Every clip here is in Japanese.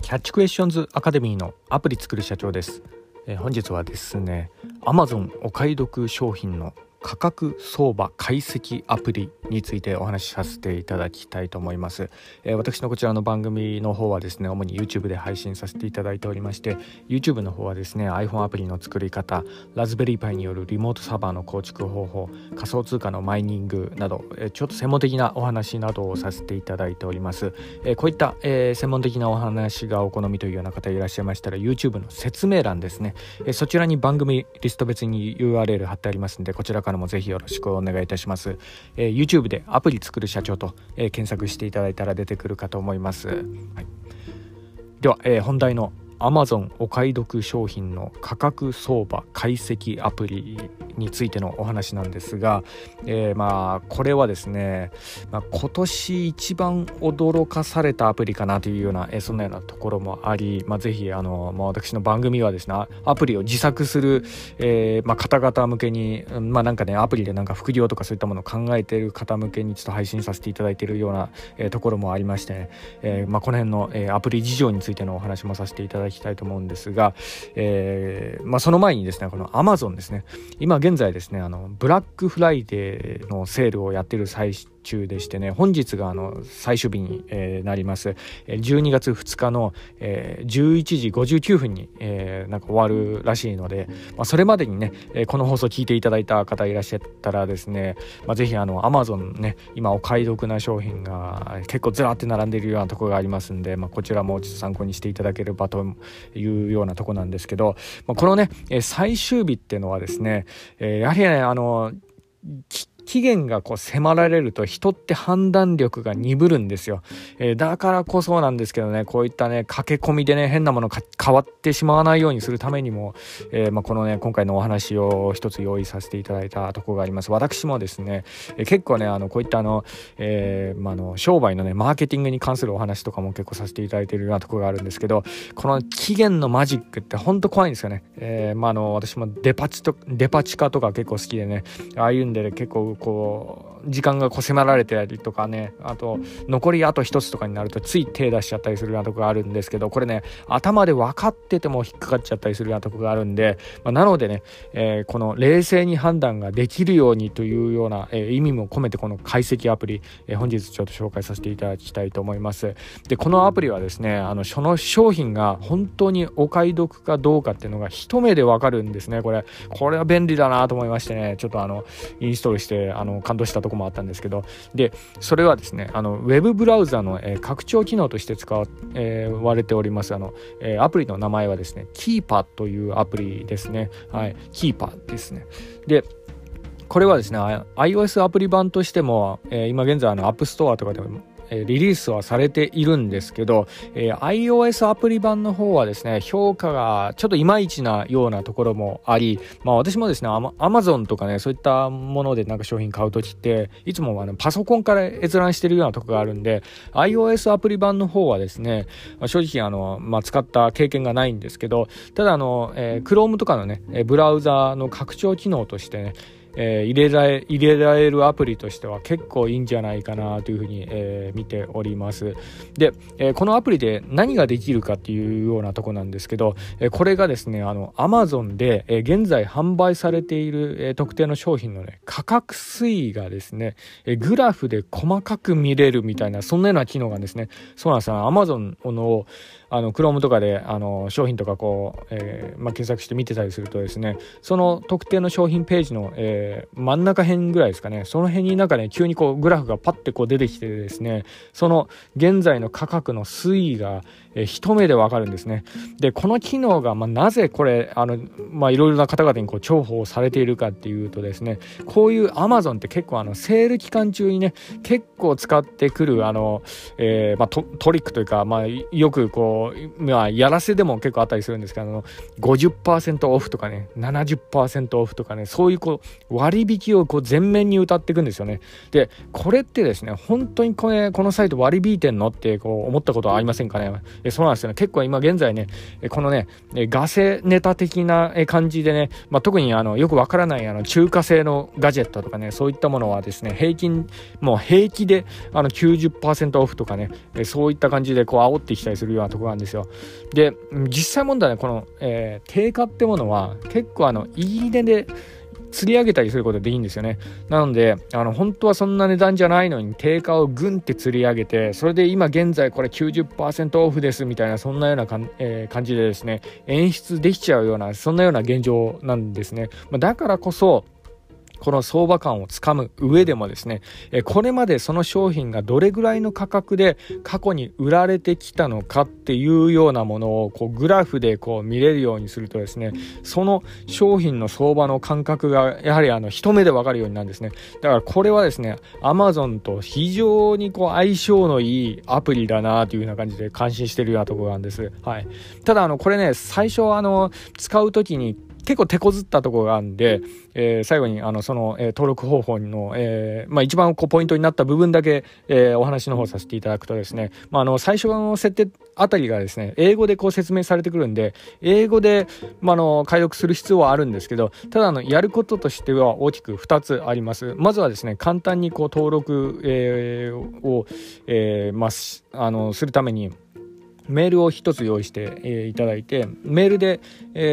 キャッチクエスチョンズアカデミーのアプリ作る社長です。本日はですね Amazon お買い得商品の価格相場解析アプリについてお話しさせていただきたいと思います。私のこちらの番組の方はですね主に YouTube で配信させていただいておりまして、 YouTube の方はですね iPhone アプリの作り方、ラズベリーパイによるリモートサーバーの構築方法、仮想通貨のマイニングなどちょっと専門的なお話などをさせていただいております。こういった専門的なお話がお好みというような方いらっしゃいましたら YouTube の説明欄ですね、そちらに番組リスト別に URL 貼ってありますので、こちらからもぜひよろしくお願いいたします。YouTube でアプリ作る社長と、検索していただいたら出てくるかと思います。はい、では、本題の Amazon お買い得商品の価格相場解析アプリについてのお話なんですが、これはですね、今年一番驚かされたアプリかなというような、そんなようなところもあり、ぜひ私の番組はですねアプリを自作する、方々向けに、アプリで副業とかそういったものを考えている方向けにちょっと配信させていただいているような、ところもありまして、この辺の、アプリ事情についてのお話もさせていただきたいと思うんですが、その前にですねこの Amazon ですね、今現在ですねブラックフライデーのセールをやっている最中でしてね、本日が最終日に、なります。12月2日の、11時59分に、終わるらしいので、それまでにね、この放送聞いていただいた方いらっしゃったらですね、ぜひAmazon ね今お買い得な商品が結構ずらって並んでいるようなところがありますんで、こちらもちょっと参考にしていただければというようなところなんですけど、このね最終日っていうのはですね、やはりね期限が迫られると人って判断力が鈍るんですよ。だからこそなんですけどね、こういったね駆け込みでね変なもの変わってしまわないようにするためにも、このね今回のお話を一つ用意させていただいたところがあります。私もですね、結構ねこういった商売のねマーケティングに関するお話とかも結構させていただいているようなところがあるんですけど、この期限のマジックって本当怖いんですよね。私もデパ地下とか結構好きでね、ああいうんで、ね、結構時間が迫られてたりとかね、あと残りあと一つとかになるとつい手出しちゃったりするようなところがあるんですけど、これね頭で分かってても引っかかっちゃったりするようなところがあるんで、なのでね、この冷静に判断ができるようにというような、意味も込めてこの解析アプリ、本日ちょっと紹介させていただきたいと思います。でこのアプリはですねその商品が本当にお買い得かどうかっていうのが一目で分かるんですね。これは便利だなと思いましてね、ちょっとインストールして感動したところもあったんですけど、でそれはですねウェブブラウザの、拡張機能として使われておりますアプリの名前はですねキーパーというアプリですね。はい、キーパーですね。でこれはですね iOS アプリ版としても、今現在App Store とかでもリリースはされているんですけど、iOS アプリ版の方はですね評価がちょっといまいちなようなところもあり、私もですねAmazon とかねそういったもので商品買うときっていつもパソコンから閲覧してるようなところがあるんで、 iOS アプリ版の方はですね正直使った経験がないんですけど、ただChrome とかのねブラウザの拡張機能としてね入れられるアプリとしては結構いいんじゃないかなというふうに、見ております。で、このアプリで何ができるかっていうようなとこなんですけど、これがですねAmazon で、現在販売されている、特定の商品のね価格推移がですね、グラフで細かく見れるみたいな、そんなような機能がですね、そうなんですよ。Amazon のChrome とかで商品とか検索して見てたりするとですね、その特定の商品ページの、真ん中辺ぐらいですかね、その辺に急にグラフがパッて出てきてですね、その現在の価格の推移が、一目でわかるんですね。でこの機能が、なぜこれいろいろな方々に重宝されているかっていうとですね、こういう Amazon って結構セール期間中にね結構使ってくるトリックというか、よくやらせでも結構あったりするんですけど50% オフとかね 70% オフとかね、そういう割引をこう前面に歌っていくんですよね。でこれってですね、本当にこのサイト割り引いてんのってこう思ったことはありませんかね。そうなんですよね。結構今現在ね、このねガセネタ的な感じでね、特によくわからない中華製のガジェットとかね、そういったものはですね、もう平気で90% オフとかね、そういった感じでこう煽ってきたりするようなところなんですよ。で実際問題ね、この、定価ってものは結構いい値で釣り上げたりすることでいいんですよね。なので本当はそんな値段じゃないのに定価をグンって釣り上げて、それで今現在これ 90% オフですみたいな、そんなような感じでですね、演出できちゃうような、そんなような現状なんですね。だからこそこの相場感をつかむ上でもですね、これまでその商品がどれぐらいの価格で過去に売られてきたのかっていうようなものをこうグラフでこう見れるようにするとですね、その商品の相場の感覚がやはり一目でわかるようになるんですね。だからこれはですね、 Amazon と非常にこう相性のいいアプリだなというような感じで感心しているようなところなんです。はい。ただこれね、最初使うときに結構手こずったところがあるんで、最後にその、登録方法の、一番こうポイントになった部分だけ、お話の方させていただくとですね、最初の設定あたりがですね、英語でこう説明されてくるんで、英語で、解読する必要はあるんですけど、ただやることとしては大きく2つあります。まずはですね、簡単にこう登録、を、するためにメールを一つ用意して、いただいて、メールで、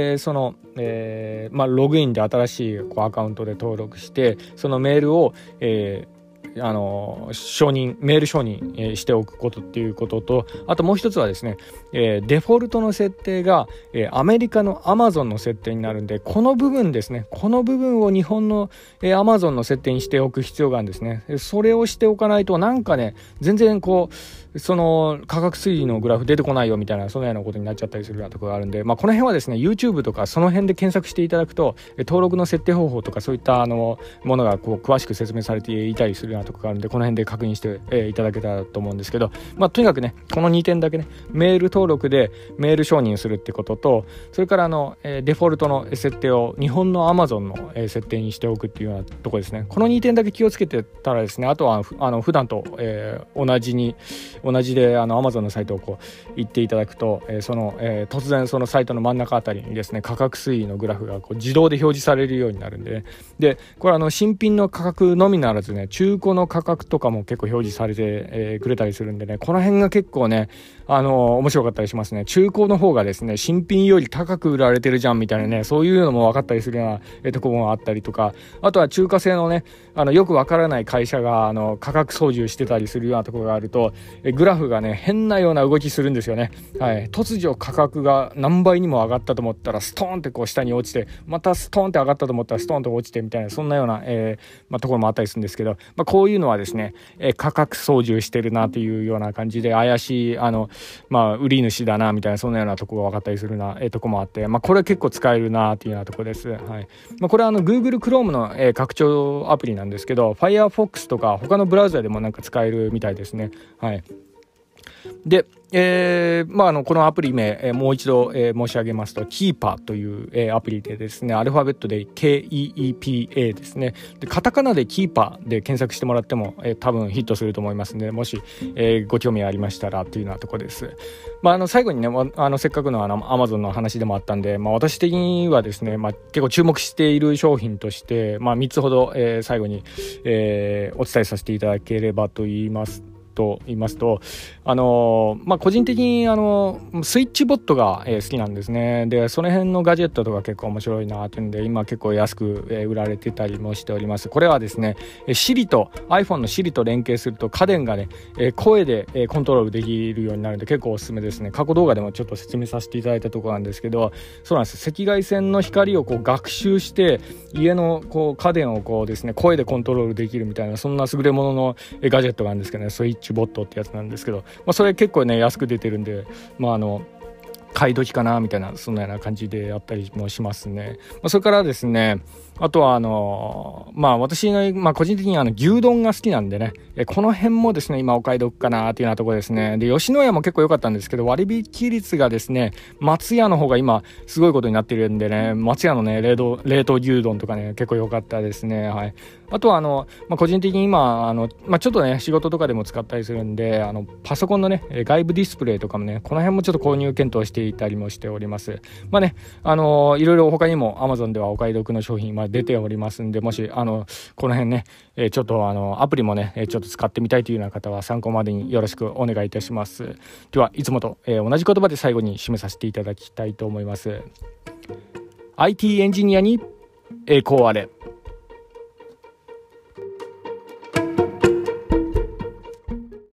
ログインで新しいアカウントで登録して、そのメールを、メール承認、しておくことっていうことと、あともう一つはですね、デフォルトの設定が、アメリカの Amazon の設定になるんで、この部分ですね、この部分を日本の、Amazon の設定にしておく必要があるんですね。それをしておかないとなんかね、全然こうその価格推移のグラフ出てこないよみたいな、そのようなことになっちゃったりするようなところがあるんで、この辺はですね YouTube とかその辺で検索していただくと、登録の設定方法とかそういったものがこう詳しく説明されていたりするようなところがあるんで、この辺で確認して、いただけたらと思うんですけど、とにかくね、この2点だけね、メール登録でメール承認するってことと、それからデフォルトの設定を日本の Amazon の、設定にしておくっていうようなところですね。この2点だけ気をつけてたらですね、あとは普段と、同じでAmazon のサイトをこう行っていただくと、突然そのサイトの真ん中あたりにですね、価格推移のグラフがこう自動で表示されるようになるんで、ね、でこれ新品の価格のみならずね、中古の価格とかも結構表示されて、くれたりするんでね、この辺が結構ね面白かったりしますね。中古の方がですね、新品より高く売られてるじゃんみたいなね、そういうのも分かったりするような、ところがあったりとか、あとは中華製のね、よく分からない会社が価格操縦してたりするようなところがあると、グラフがね変なような動きするんですよね。はい、突如価格が何倍にも上がったと思ったらストーンってこう下に落ちて、またストーンって上がったと思ったらストーンと落ちてみたいな、そんなような、ところもあったりするんですけど、こういうのはですね、価格操縦してるなというような感じで、怪しい売り主だなみたいな、そんなようなところが分かったりするな、ところもあって、これは結構使えるなというようなところです。はい。これはGoogle Chrome の、拡張アプリなんですけど、Firefox とか他のブラウザでもなんか使えるみたいですね。はい。で、このアプリ名、もう一度、申し上げますと Keepa という、アプリでですね、アルファベットで KEEPA ですね。でカタカナで Keepa で検索してもらっても、多分ヒットすると思いますので、もし、ご興味ありましたらというようなところです。最後にね、せっかくのAmazon の話でもあったんで、私的にはですね、結構注目している商品として、3つほど、最後に、お伝えさせていただければと言いますと、個人的にスイッチボットが、好きなんですね。でその辺のガジェットとか結構面白いなというんで、今結構安く、売られてたりもしております。これはですね、Siri と iPhone の Siri と連携すると家電がね、声で、コントロールできるようになるので結構おすすめですね。過去動画でもちょっと説明させていただいたところなんですけど、そうなんです。赤外線の光をこう学習して家のこう家電をこうですね、声でコントロールできるみたいな、そんな優れもののガジェットがあるんですけどね、スイッチボットってやつなんですけど、それ結構ね安く出てるんで、買い時かなみたいな、そんなような感じでやったりもしますね。それからですね、あとは私の、個人的に牛丼が好きなんでね、 この辺もですね今お買い得かなというようなところですね。で吉野家も結構良かったんですけど、割引率がですね松屋の方が今すごいことになっているんでね、松屋のね冷凍牛丼とかね結構良かったですね。はい。あとは個人的に今ちょっとね仕事とかでも使ったりするんで、パソコンのね外部ディスプレイとかもねこの辺もちょっと購入検討していたりもしております。まあねいろいろ他にも Amazon ではお買い得の商品出ておりますんで、もしこの辺ねちょっとアプリもねちょっと使ってみたいというような方は参考までによろしくお願いいたします。ではいつもと同じ言葉で最後に締めさせていただきたいと思います。IT エンジニアに栄光あれ。